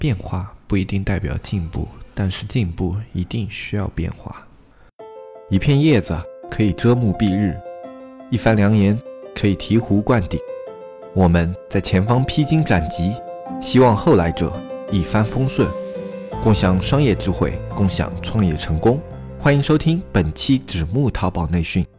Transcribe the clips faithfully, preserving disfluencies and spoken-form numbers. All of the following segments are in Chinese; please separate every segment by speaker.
Speaker 1: 变化不一定代表进步，但是进步一定需要变化。一片叶子可以遮目蔽日，一番良言可以醍醐灌顶。我们在前方披荆斩棘，希望后来者一帆风顺，共享商业智慧，共享创业成功。欢迎收听本期纸木淘宝内训。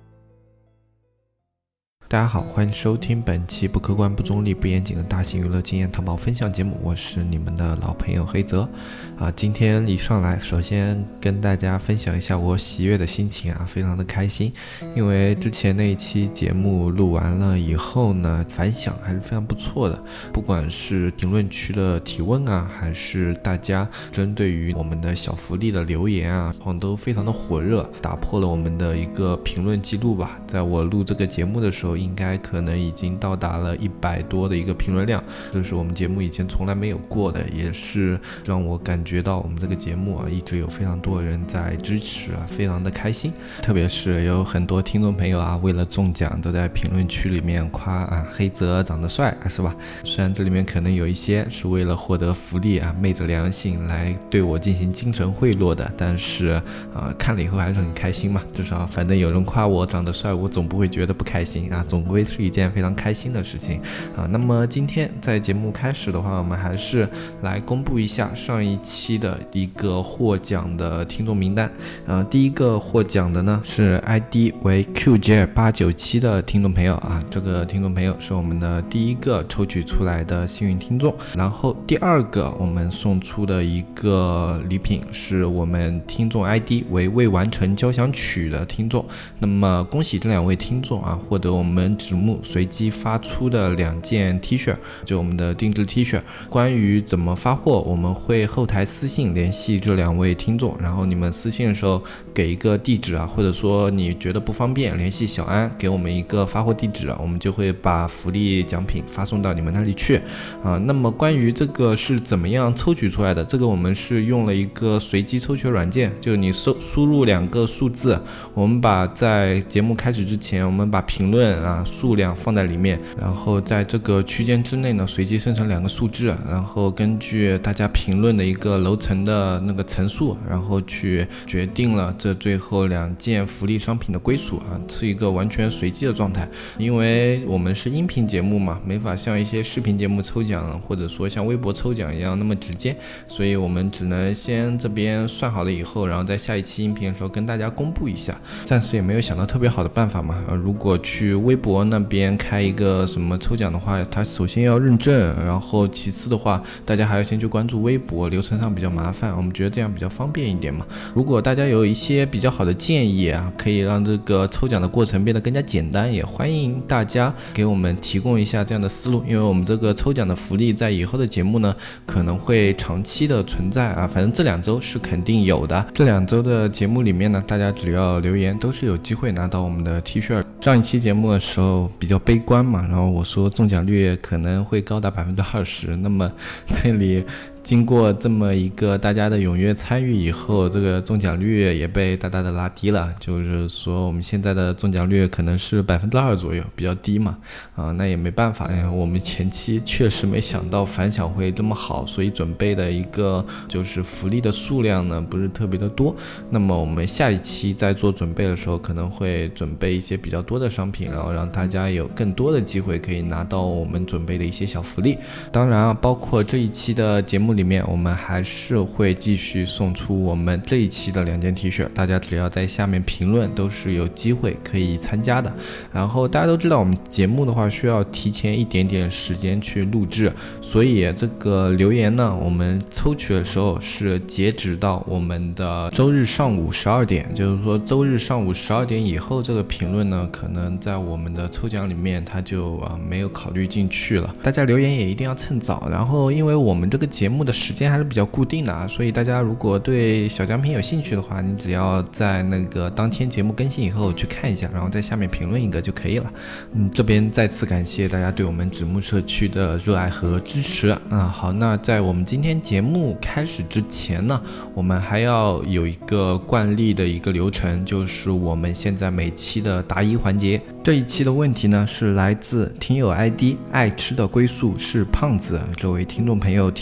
Speaker 1: 大家好，欢迎收听本期不客观、不中立、不严谨的大型娱乐经验淘宝分享节目，我是你们的老朋友黑泽啊。今天一上来，首先跟大家分享一下我喜悦的心情啊，非常的开心，因为之前那一期节目录完了以后呢，反响还是非常不错的，不管是评论区的提问啊，还是大家针对于我们的小福利的留言啊，都非常的火热，打破了我们的一个评论记录吧。在我录这个节目的时候，应该可能已经到达了一百多的一个评论量，这是我们节目以前从来没有过的，也是让我感觉到我们这个节目啊，一直有非常多人在支持啊，非常的开心。特别是有很多听众朋友啊，为了中奖都在评论区里面夸啊黑泽长得帅啊，是吧？虽然这里面可能有一些是为了获得福利啊，昧着良心来对我进行精神贿赂的，但是啊看了以后还是很开心嘛，至少反正有人夸我长得帅，我总不会觉得不开心啊，总归是一件非常开心的事情啊。那么今天在节目开始的话，我们还是来公布一下上一期的一个获奖的听众名单。呃，第一个获奖的呢是 I D 为 Q J 八九七 的听众朋友啊，这个听众朋友是我们的第一个抽取出来的幸运听众。然后第二个我们送出的一个礼品是我们听众 I D 为未完成交响曲的听众。那么恭喜这两位听众啊，获得我们纸木随机发出的两件 T 恤，就我们的定制 T 恤。关于怎么发货，我们会后台私信联系这两位听众，然后你们私信的时候给一个地址啊，或者说你觉得不方便联系小安，给我们一个发货地址啊，我们就会把福利奖品发送到你们那里去啊。那么关于这个是怎么样抽取出来的，这个我们是用了一个随机抽取软件，就你输输入两个数字，我们把在节目开始之前，我们把评论啊数量放在里面，然后在这个区间之内呢，随机生成两个数字，然后根据大家评论的一个楼层的那个层数，然后去决定了这最后两件福利商品的归属啊，是一个完全随机的状态。因为我们是音频节目嘛，没法像一些视频节目抽奖，或者说像微博抽奖一样那么直接，所以我们只能先这边算好了以后，然后在下一期音频的时候跟大家公布一下。暂时也没有想到特别好的办法嘛，呃，如果去微博那边开一个什么抽奖的话，它首先要认证，然后其次的话，大家还要先去关注微博，流程上比较麻烦，我们觉得这样比较方便一点嘛。如果大家有一些比较好的建议啊，可以让这个抽奖的过程变得更加简单，也欢迎大家给我们提供一下这样的思路，因为我们这个抽奖的福利在以后的节目呢可能会长期的存在啊，反正这两周是肯定有的。这两周的节目里面呢，大家只要留言都是有机会拿到我们的 T 恤。上一期节目的时候比较悲观嘛，然后我说中奖率可能会高达百分之二十，那么这里经过这么一个大家的踊跃参与以后，这个中奖率也被大大的拉低了，就是说我们现在的中奖率可能是百分之二左右，比较低嘛，啊，那也没办法呀，我们前期确实没想到反响会这么好，所以准备的一个就是福利的数量呢不是特别的多。那么我们下一期在做准备的时候，可能会准备一些比较多的商品，然后让大家有更多的机会可以拿到我们准备的一些小福利。当然啊，包括这一期的节目里面，我们还是会继续送出我们这一期的两件 T 恤，大家只要在下面评论都是有机会可以参加的。然后大家都知道我们节目的话需要提前一点点时间去录制，所以这个留言呢，我们抽取的时候是截止到我们的周日上午十二点，就是说周日上午十二点以后，这个评论呢可能在我们的抽奖里面它就啊没有考虑进去了。大家留言也一定要趁早，然后因为我们这个节目的时间还是比较固定的啊，所以大家如果对小奖品有兴趣的话，你只要在那个当天节目更新以后去看一下，然后在下面评论一个就可以了。嗯，这边再次感谢大家对我们纸木社区的热爱和支持啊。好，那在我们今天节目开始之前呢，我们还要有一个惯例的一个流程，就是我们现在每期的答疑环节。这一期的问题呢是来自听友 I D 爱吃的归宿是胖子这位听众朋友提出的。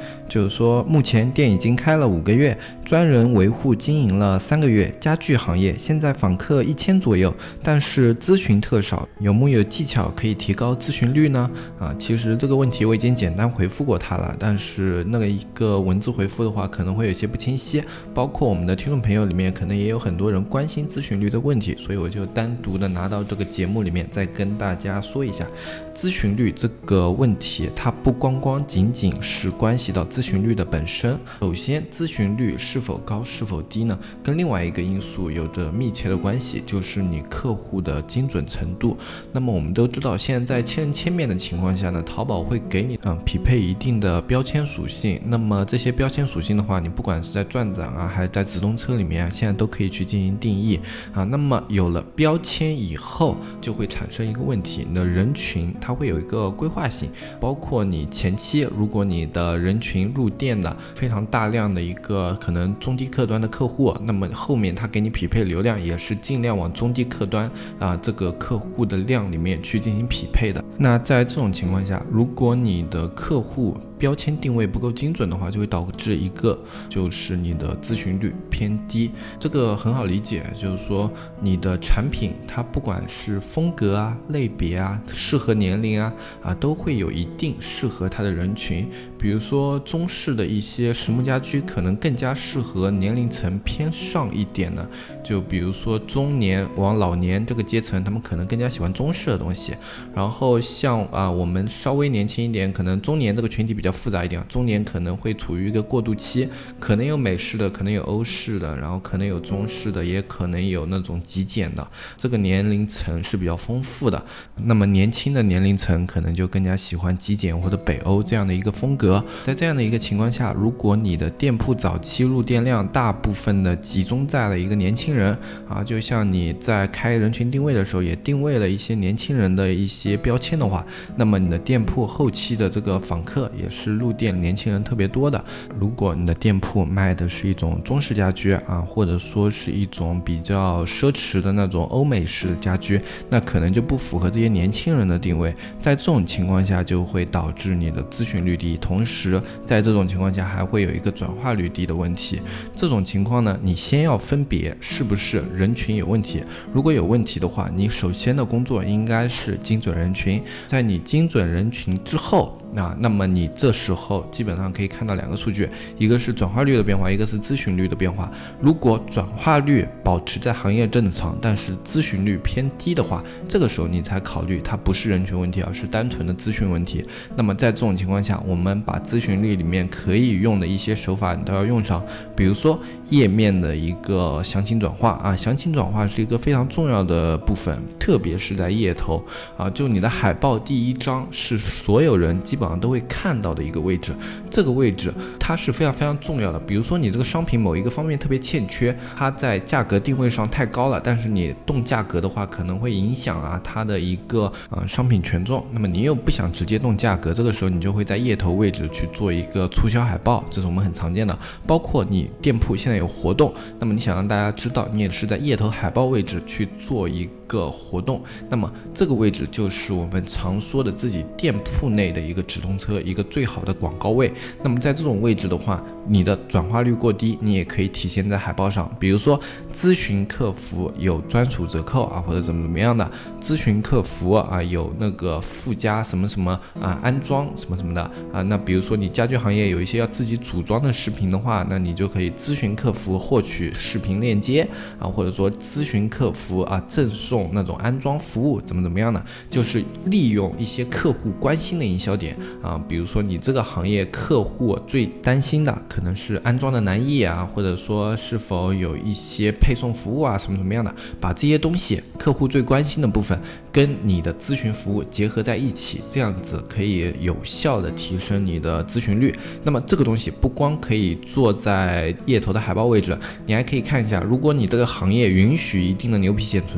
Speaker 2: 就是说目前店已经开了五个月，专人维护经营了三个月，家具行业现在访客一千左右，但是咨询特少，有木有技巧可以提高咨询率呢？啊，其实这个问题我已经简单回复过他了，但是那个一个文字回复的话可能会有些不清晰，包括我们的听众朋友里面可能也有很多人关心咨询率的问题，所以我就单独的拿到这个节目里面再跟大家说一下。咨询率这个问题，它不光光仅仅是关系到咨询率的本身。首先，咨询率是否高是否低呢，跟另外一个因素有着密切的关系，就是你客户的精准程度。那么我们都知道，现在在千人千面的情况下呢，淘宝会给你嗯匹配一定的标签属性。那么这些标签属性的话，你不管是在转展啊，还是在直通车里面啊，现在都可以去进行定义啊。那么有了标签以后，就会产生一个问题，你的人群它会有一个规划性，包括你前期如果你的人群入店的非常大量的一个可能中低客端的客户，那么后面他给你匹配流量也是尽量往中低客端啊这个客户的量里面去进行匹配的。那在这种情况下，如果你的客户标签定位不够精准的话，就会导致一个就是你的咨询率偏低。这个很好理解，就是说你的产品它不管是风格啊、类别啊、适合年龄啊啊都会有一定适合它的人群。比如说中式的一些实木家居可能更加适合年龄层偏上一点的，就比如说中年往老年这个阶层，他们可能更加喜欢中式的东西。然后像啊我们稍微年轻一点，可能中年这个群体比较复杂一点，中年可能会处于一个过渡期，可能有美式的，可能有欧式的，然后可能有中式的，也可能有那种极简的，这个年龄层是比较丰富的。那么年轻的年龄层可能就更加喜欢极简或者北欧这样的一个风格。在这样的一个情况下，如果你的店铺早期入店量大部分的集中在了一个年轻人啊，就像你在开人群定位的时候也定位了一些年轻人的一些标签的话，那么你的店铺后期的这个访客也是入店年轻人特别多的。如果你的店铺卖的是一种中式家居啊，或者说是一种比较奢侈的那种欧美式的家居，那可能就不符合这些年轻人的定位。在这种情况下就会导致你的咨询率低，同时在这种情况下还会有一个转化率低的问题。这种情况呢，你先要分别是不是人群有问题。如果有问题的话，你首先的工作应该是精准人群。在你精准人群之后啊，那么你这时候基本上可以看到两个数据，一个是转化率的变化，一个是咨询率的变化。如果转化率保持在行业正常，但是咨询率偏低的话，这个时候你才考虑它不是人群问题，而是单纯的咨询问题。那么在这种情况下，我们把咨询率里面可以用的一些手法你都要用上，比如说页面的一个详情转化啊，详情转化是一个非常重要的部分，特别是在页头啊，就你的海报第一张是所有人基本上都会看到的一个位置，这个位置它是非常非常重要的。比如说你这个商品某一个方面特别欠缺，它在价格定位上太高了，但是你动价格的话可能会影响啊它的一个呃商品权重，那么你又不想直接动价格，这个时候你就会在页头位置去做一个促销海报，这是我们很常见的。包括你店铺现在有活动，那么你想让大家知道，你也是在页头海报位置去做一个活动，那么这个位置就是我们常说的自己店铺内的一个直通车，一个最好的广告位。那么在这种位置的话，你的转化率过低，你也可以体现在海报上，比如说咨询客服有专属折扣啊，或者怎么怎么样的，咨询客服啊有那个附加什么什么啊安装什么什么的啊。那比如说你家居行业有一些要自己组装的视频的话，那你就可以咨询客服获取视频链接啊，或者说咨询客服啊赠送那种安装服务怎么怎么样的，就是利用一些客户关心的营销点啊，比如说你这个行业客户最担心的可能是安装的难易啊，或者说是否有一些配送服务啊什么什么样的，把这些东西客户最关心的部分跟你的咨询服务结合在一起，这样子可以有效的提升你的咨询率。那么这个东西不光可以做在页头的海报位置，你还可以看一下，如果你这个行业允许一定的牛皮癣存在的话，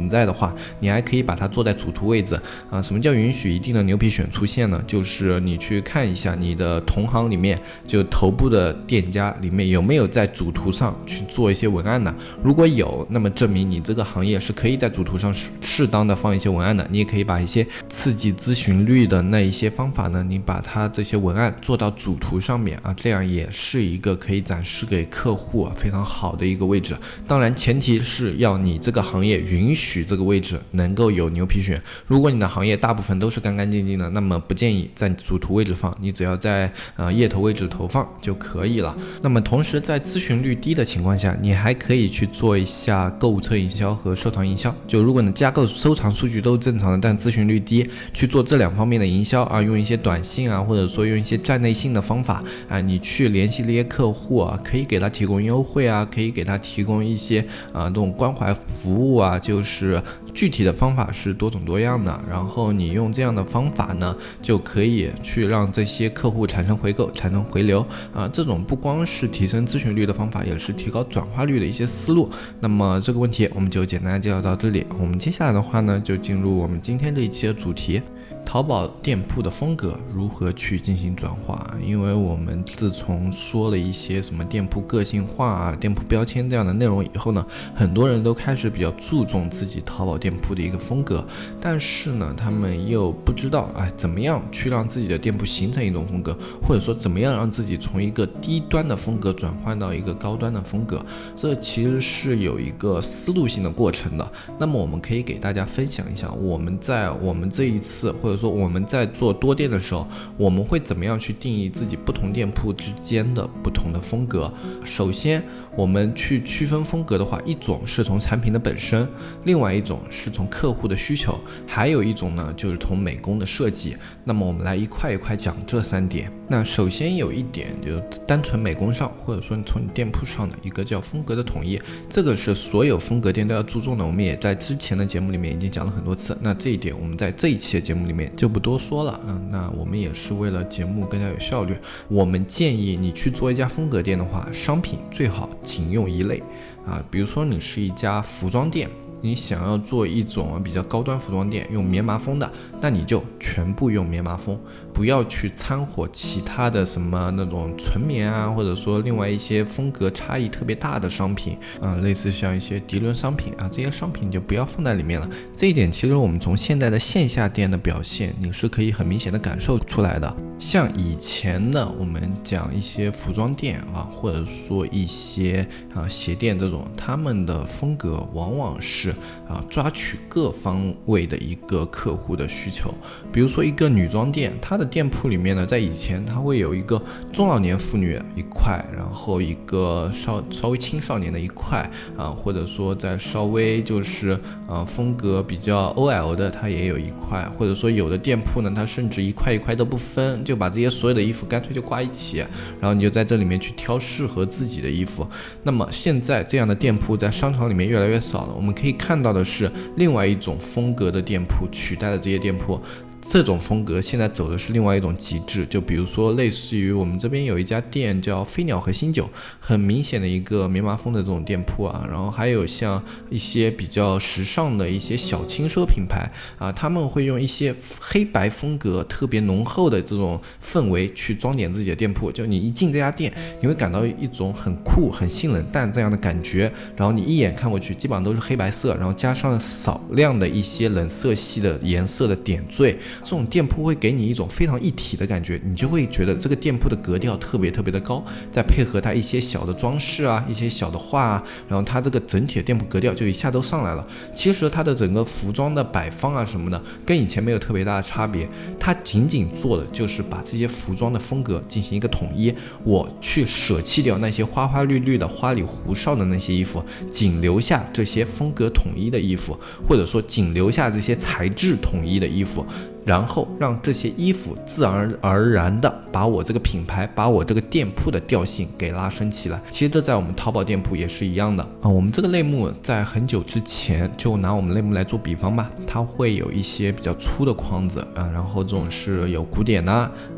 Speaker 1: 话，你还可以把它做在主图位置啊。什么叫允许一定的牛皮癣出现呢？就是你去看一下你的同行里面，就头部的店家里面有没有在主图上去做一些文案呢？如果有，那么证明你这个行业是可以在主图上适当的放一些文案的。你也可以把一些刺激咨询率的那一些方法呢，你把它这些文案做到主图上面啊，这样也是一个可以展示给客户啊非常好的一个位置。当然前提是要你这个行业允许这个位置能够有牛皮癣。如果你的行业大部分都是干干净净的，那么不建议在主图位置放，你只要在呃页头位置投放就可以了。那么同时在咨询率低的情况下，你还可以去做一下购物车营销和社团营销。就如果你加购收藏数据都是正常的，但咨询率低，去做这两方面的营销啊，用一些短信啊，或者说用一些站内信的方法啊，你去联系这些客户啊，可以给他提供优惠啊，可以给他提供一些啊这种关怀服务啊，就是具体的方法是多种多样的。然后你用这样的方法呢，就可以去让这些客户产生回购、产生回流啊。这种不光是提升咨询率的方法，也是提高转化率的一些思路。那么这个问题我们就简单介绍到这里。我们接下来的话呢，就进入我们今天这一期的主题。淘宝店铺的风格如何去进行转化？因为我们自从说了一些什么店铺个性化啊、店铺标签这样的内容以后呢，很多人都开始比较注重自己淘宝店铺的一个风格，但是呢，他们又不知道哎怎么样去让自己的店铺形成一种风格，或者说怎么样让自己从一个低端的风格转换到一个高端的风格，这其实是有一个思路性的过程的。那么我们可以给大家分享一下，我们在我们这一次或者说我们在做多店的时候，我们会怎么样去定义自己不同店铺之间的不同的风格。首先我们去区分风格的话，一种是从产品的本身，另外一种是从客户的需求，还有一种呢就是从美工的设计。那么我们来一块一块讲这三点。那首先有一点就是单纯美工上，或者说从你店铺上的一个叫风格的统一，这个是所有风格店都要注重的，我们也在之前的节目里面已经讲了很多次。那这一点我们在这一期的节目里面就不多说了啊。那我们也是为了节目更加有效率，我们建议你去做一家风格店的话，商品最好仅用一类啊。比如说你是一家服装店，你想要做一种比较高端服装店，用棉麻风的，那你就全部用棉麻风，不要去掺和其他的什么那种纯棉啊，或者说另外一些风格差异特别大的商品啊，类似像一些涤纶商品啊，这些商品你就不要放在里面了。这一点其实我们从现在的线下店的表现，你是可以很明显的感受出来的。像以前呢，我们讲一些服装店啊，或者说一些啊鞋店这种，他们的风格往往是啊抓取各方位的一个客户的需求。比如说一个女装店，它的店铺里面呢，在以前它会有一个中老年妇女一块，然后一个稍稍微青少年的一块啊，或者说在稍微就是啊风格比较 O L 的，它也有一块，或者说有的店铺呢，它甚至一块一块都不分，就把这些所有的衣服干脆就挂一起，然后你就在这里面去挑适合自己的衣服。那么现在这样的店铺在商场里面越来越少了，我们可以看到的是另外一种风格的店铺取代了这些店铺。这种风格现在走的是另外一种极致，就比如说类似于我们这边有一家店叫飞鸟和新酒，很明显的一个棉麻风的这种店铺啊，然后还有像一些比较时尚的一些小轻奢品牌啊，他们会用一些黑白风格特别浓厚的这种氛围去装点自己的店铺，就你一进这家店，你会感到一种很酷很性冷淡这样的感觉，然后你一眼看过去基本上都是黑白色，然后加上少量的一些冷色系的颜色的点缀，这种店铺会给你一种非常一体的感觉，你就会觉得这个店铺的格调特别特别的高，再配合它一些小的装饰啊，一些小的画啊，然后它这个整体的店铺格调就一下都上来了。其实它的整个服装的摆放啊什么的跟以前没有特别大的差别，它仅仅做的就是把这些服装的风格进行一个统一，我去舍弃掉那些花花绿绿的花里胡哨的那些衣服，仅留下这些风格统一的衣服，或者说仅留下这些材质统一的衣服，然后让这些衣服自然而然的把我这个品牌，把我这个店铺的调性给拉升起来。其实这在我们淘宝店铺也是一样的啊。我们这个类目在很久之前，就拿我们类目来做比方吧，它会有一些比较粗的框子啊，然后这种是有古典啊，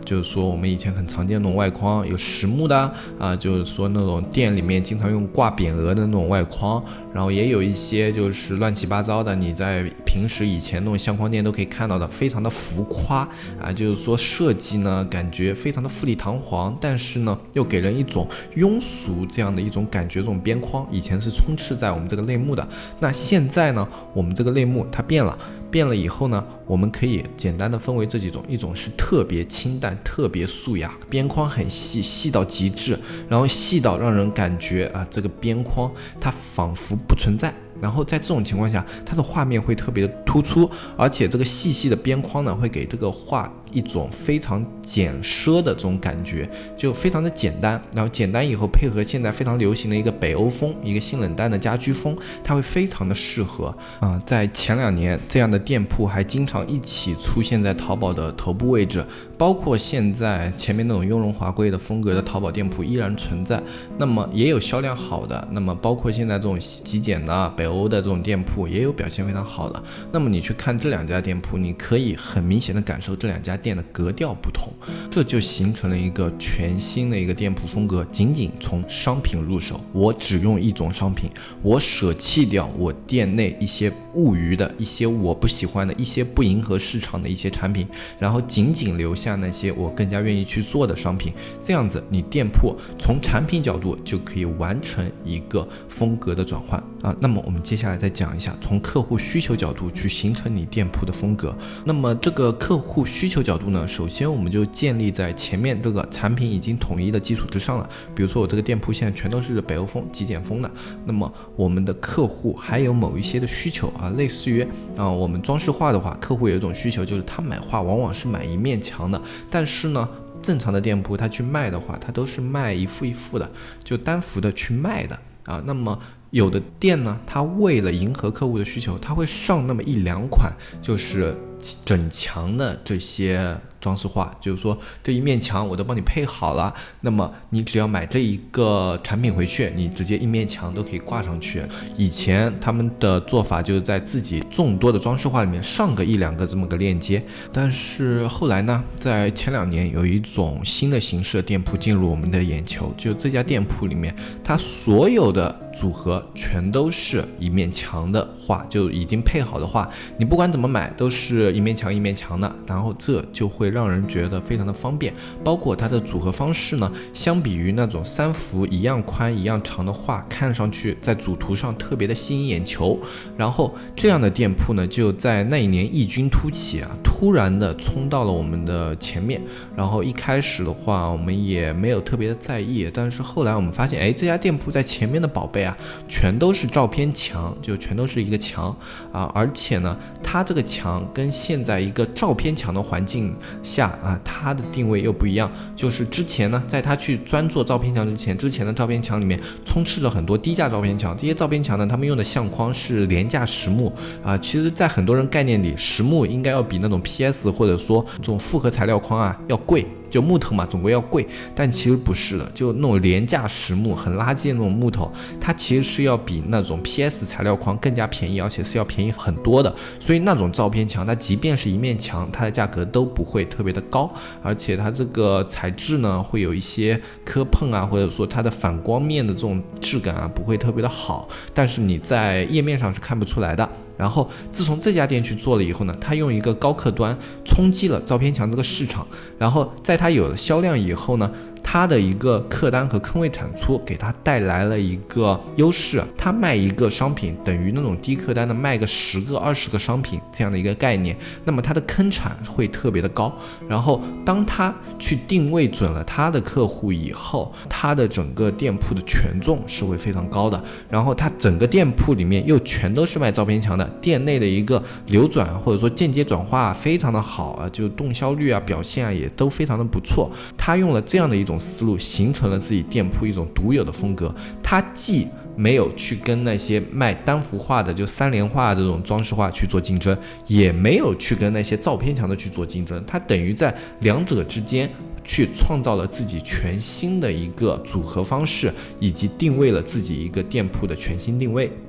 Speaker 1: 就是说我们以前很常见的那种外框，有实木的啊，就是说那种店里面经常用挂匾额的那种外框，然后也有一些就是乱七八糟的，你在平时以前那种相框店都可以看到的，非常的浮夸啊，就是说设计呢感觉非常的富丽堂皇，但是呢又给人一种庸俗这样的一种感觉。这种边框以前是充斥在我们这个类目的，那现在呢我们这个类目它变了变了以后呢，我们可以简单的分为这几种，一种是特别清淡特别素雅，边框很细，细到极致，然后细到让人感觉啊这个边框它仿佛不存在，然后在这种情况下它的画面会特别的突出，而且这个细细的边框呢会给这个画一种非常简奢的这种感觉，就非常的简单，然后简单以后配合现在非常流行的一个北欧风，一个性冷淡的家居风，它会非常的适合啊、呃。在前两年这样的店铺还经常一起出现在淘宝的头部位置，包括现在前面那种雍容华贵的风格的淘宝店铺依然存在，那么也有销量好的，那么包括现在这种极简的北欧的这种店铺也有表现非常好的，那么你去看这两家店铺，你可以很明显的感受这两家店的格调不同，这就形成了一个全新的一个店铺风格。仅仅从商品入手，我只用一种商品，我舍弃掉我店内一些物余的一些我不喜欢的一些不迎合市场的一些产品，然后仅仅留下那些我更加愿意去做的商品，这样子你店铺从产品角度就可以完成一个风格的转换啊。那么我们接下来再讲一下从客户需求角度去形成你店铺的风格。那么这个客户需求角度呢，首先我们就建立在前面这个产品已经统一的基础之上了。比如说我这个店铺现在全都是北欧风极简风的，那么我们的客户还有某一些的需求啊，类似于啊我们装饰画的话，客户有一种需求就是他买画往往是买一面墙的，但是呢正常的店铺他去卖的话，他都是卖一幅一幅的，就单幅的去卖的啊。那么有的店呢，他为了迎合客户的需求，他会上那么一两款就是整墙的这些装饰画，就是说这一面墙我都帮你配好了，那么你只要买这一个产品回去，你直接一面墙都可以挂上去。以前他们的做法就是在自己众多的装饰画里面上个一两个这么个链接，但是后来呢，在前两年有一种新的形式的店铺进入我们的眼球，就这家店铺里面它所有的组合全都是一面墙的画，就已经配好的画，你不管怎么买都是一面墙一面墙的，然后这就会让人觉得非常的方便。包括它的组合方式呢，相比于那种三幅一样宽一样长的画，看上去在主图上特别的吸引眼球。然后这样的店铺呢，就在那一年异军突起啊，突然的冲到了我们的前面。然后一开始的话我们也没有特别的在意，但是后来我们发现，哎，这家店铺在前面的宝贝啊全都是照片墙，就全都是一个墙啊，而且呢它这个墙跟现在一个照片墙的环境下啊，它的定位又不一样。就是之前呢，在它去专做照片墙之前，之前的照片墙里面充斥了很多低价照片墙，这些照片墙呢，他们用的相框是廉价实木啊。其实，在很多人概念里，实木应该要比那种 P S 或者说这种复合材料框啊要贵。就木头嘛，总归要贵，但其实不是的，就那种廉价实木很垃圾的那种木头，它其实是要比那种 P S 材料框更加便宜，而且是要便宜很多的。所以那种照片墙，它即便是一面墙，它的价格都不会特别的高，而且它这个材质呢会有一些磕碰啊，或者说它的反光面的这种质感啊不会特别的好，但是你在页面上是看不出来的。然后自从这家店去做了以后呢，他用一个高客端冲击了照片墙这个市场，然后在它有了销量以后呢，它的一个客单和坑位产出给它带来了一个优势，它卖一个商品等于那种低客单的卖个十个二十个商品这样的一个概念，那么它的坑产会特别的高。然后当它去定位准了它的客户以后，它的整个店铺的权重是会非常高的，然后它整个店铺里面又全都是卖照片墙的，店内的一个流转或者说间接转化非常的好啊，就动销率啊表现啊也都非常的不错。它用了这样的一种思路，形成了自己店铺一种独有的风格。它既没有去跟那些卖单幅画的就三联画这种装饰画去做竞争，也没有去跟那些照片墙的去做竞争，它等于在两者之间去创造了自己全新的一个组合方式，以及定位了自己一个店铺的全新定位。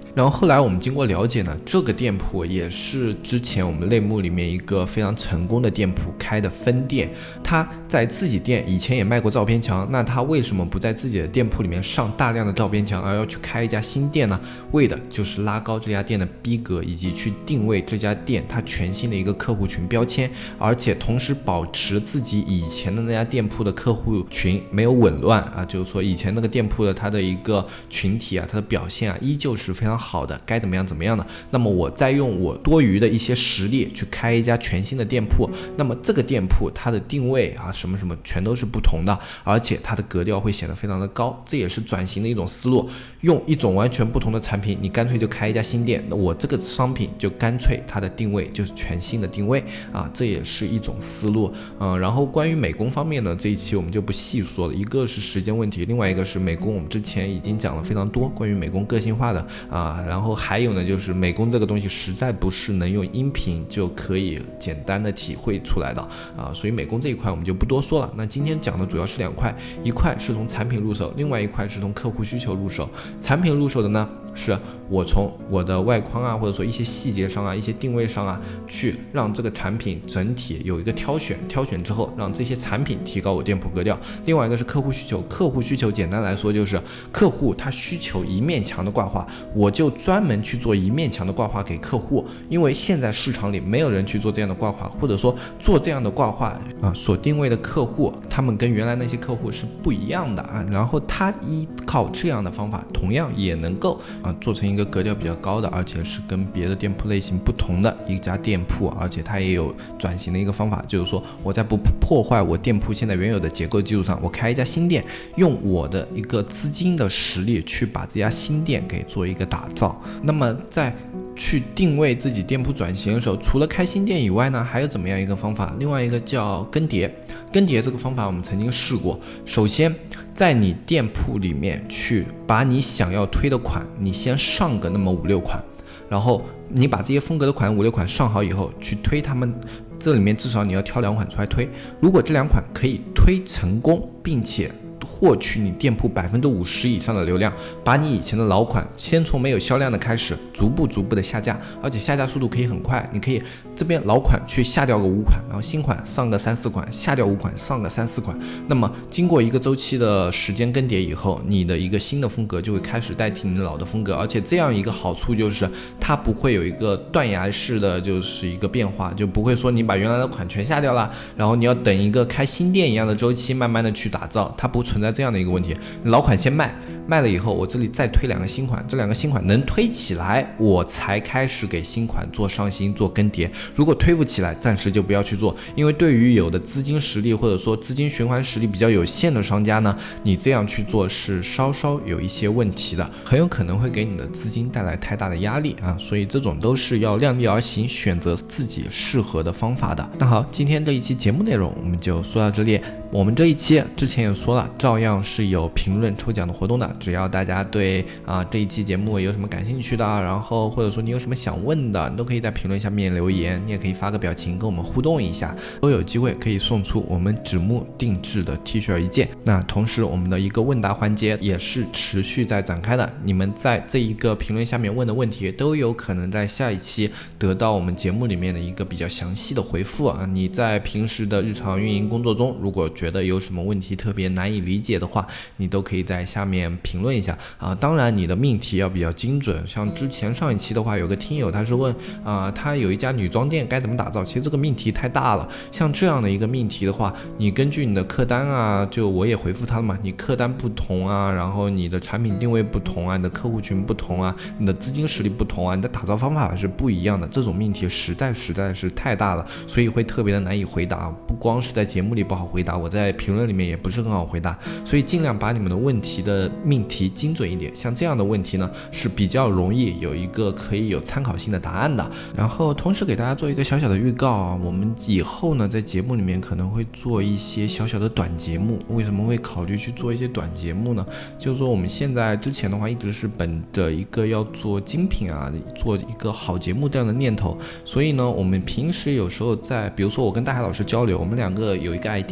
Speaker 1: 然后后来我们经过了解呢，这个店铺也是之前我们类目里面一个非常成功的店铺开的分店。他在自己店以前也卖过照片墙，那他为什么不在自己的店铺里面上大量的照片墙，而要去开一家新店呢？为的就是拉高这家店的逼格，以及去定位这家店它全新的一个客户群标签，而且同时保持自己以前的那家店铺的客户群没有紊乱啊，就是说以前那个店铺的它的一个群体啊，它的表现啊依旧是非常好的，该怎么样怎么样的。那么我再用我多余的一些实力去开一家全新的店铺，那么这个店铺它的定位啊什么什么全都是不同的，而且它的格调会显得非常的高，这也是转型的一种思路。用一种完全不同的产品，你干脆就开一家新店，那我这个商品就干脆它的定位就是全新的定位啊，这也是一种思路。嗯，然后关于美工方面呢，这一期我们就不细说了，一个是时间问题，另外一个是美工我们之前已经讲了非常多关于美工个性化的啊，然后还有呢就是美工这个东西实在不是能用音频就可以简单的体会出来的啊，所以美工这一块我们就不多说了。那今天讲的主要是两块，一块是从产品入手，另外一块是从客户需求入手。产品入手的呢，是我从我的外框啊，或者说一些细节上啊，一些定位上啊，去让这个产品整体有一个挑选，挑选之后让这些产品提高我店铺格调。另外一个是客户需求，客户需求简单来说就是客户他需求一面墙的挂画，我就专门去做一面墙的挂画给客户，因为现在市场里没有人去做这样的挂画，或者说做这样的挂画啊，所定位的客户他们跟原来那些客户是不一样的啊，然后他依靠这样的方法同样也能够啊做成一个格调比较高的，而且是跟别的店铺类型不同的一家店铺，而且它也有转型的一个方法，就是说我在不破坏我店铺现在原有的结构基础上，我开一家新店，用我的一个资金的实力去把这家新店给做一个打造。那么在去定位自己店铺转型的时候，除了开新店以外呢，还有怎么样一个方法？另外一个叫更迭。更迭这个方法我们曾经试过。首先，在你店铺里面去把你想要推的款，你先上个那么五六款，然后你把这些风格的款五六款上好以后，去推他们。这里面至少你要挑两款出来推。如果这两款可以推成功，并且获取你店铺百分之五十以上的流量，把你以前的老款先从没有销量的开始，逐步逐步的下架，而且下架速度可以很快。你可以这边老款去下掉个五款，然后新款上个三四款，下掉五款上个三四款。那么经过一个周期的时间更迭以后，你的一个新的风格就会开始代替你的老的风格，而且这样一个好处就是它不会有一个断崖式的就是一个变化，就不会说你把原来的款全下掉了，然后你要等一个开新店一样的周期慢慢的去打造，它不存在这样的一个问题。老款先卖，卖了以后我这里再推两个新款，这两个新款能推起来，我才开始给新款做上新做更迭。如果推不起来，暂时就不要去做，因为对于有的资金实力或者说资金循环实力比较有限的商家呢，你这样去做是稍稍有一些问题的，很有可能会给你的资金带来太大的压力啊，所以这种都是要量力而行，选择自己适合的方法的。那好，今天这一期节目内容我们就说到这里。我们这一期之前也说了，照样是有评论抽奖的活动的，只要大家对啊这一期节目有什么感兴趣的，然后或者说你有什么想问的，都可以在评论下面留言，你也可以发个表情跟我们互动一下，都有机会可以送出我们纸木定制的 T 恤一件。那同时我们的一个问答环节也是持续在展开的，你们在这一个评论下面问的问题都有可能在下一期得到我们节目里面的一个比较详细的回复啊。你在平时的日常运营工作中，如果觉得有什么问题特别难以理解的话，你都可以在下面评论一下啊。当然你的命题要比较精准，像之前上一期的话，有个听友他是问啊，他有一家女装店该怎么打造，其实这个命题太大了，像这样的一个命题的话，你根据你的客单啊，就我也回复他了嘛，你客单不同啊，然后你的产品定位不同啊，你的客户群不同啊，你的资金实力不同啊，你的打造方法是不一样的，这种命题实在实在是太大了，所以会特别的难以回答，不光是在节目里不好回答，我在评论里面也不是很好回答，所以尽量把你们的问题的命题精准一点，像这样的问题呢是比较容易有一个可以有参考性的答案的。然后同时给大家做一个小小的预告啊，我们以后呢在节目里面可能会做一些小小的短节目。为什么会考虑去做一些短节目呢？就是说我们现在之前的话一直是本着一个要做精品啊，做一个好节目这样的念头，所以呢我们平时有时候在比如说我跟大海老师交流，我们两个有一个 idea，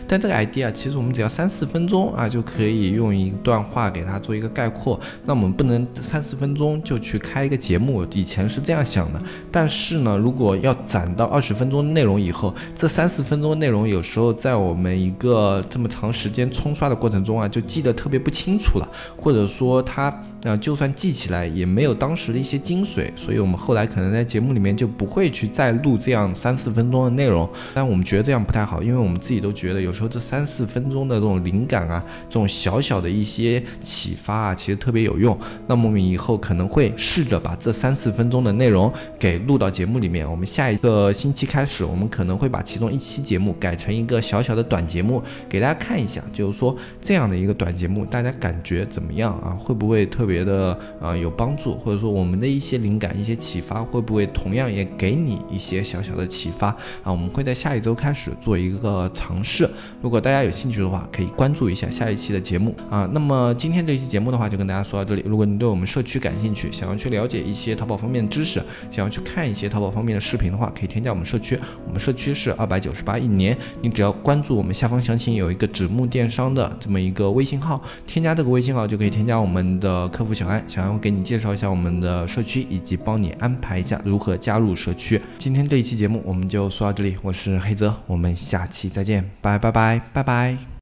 Speaker 1: 但这个 idea 啊，其实我们只要三四分钟啊，就可以用一段话给它做一个概括。那我们不能三四分钟就去开一个节目，以前是这样想的。但是呢，如果要攒到二十分钟的内容以后，这三四分钟的内容有时候在我们一个这么长时间冲刷的过程中啊，就记得特别不清楚了，或者说它呃就算记起来也没有当时的一些精髓，所以我们后来可能在节目里面就不会去再录这样三四分钟的内容。但我们觉得这样不太好，因为我们自己都觉得有时候这三四分钟的这种灵感啊，这种小小的一些启发啊，其实特别有用。那么我们以后可能会试着把这三四分钟的内容给录到节目里面。我们下一个星期开始，我们可能会把其中一期节目改成一个小小的短节目，给大家看一下，就是说这样的一个短节目大家感觉怎么样啊？会不会特别的呃有帮助，或者说我们的一些灵感一些启发会不会同样也给你一些小小的启发啊？我们会在下一周开始做一个尝试，如果大家有兴趣的话可以关注一下下一期的节目啊。那么今天这一期节目的话就跟大家说到这里，如果你对我们社区感兴趣，想要去了解一些淘宝方面的知识，想要去看一些淘宝方面的视频的话，可以添加我们社区，我们社区是二百九十八一年，你只要关注我们下方详情有一个指木电商的这么一个微信号，添加这个微信号就可以添加我们的客服小安，想要给你介绍一下我们的社区，以及帮你安排一下如何加入社区。今天这一期节目我们就说到这里，我是黑泽，我们下期再见，拜拜拜拜拜。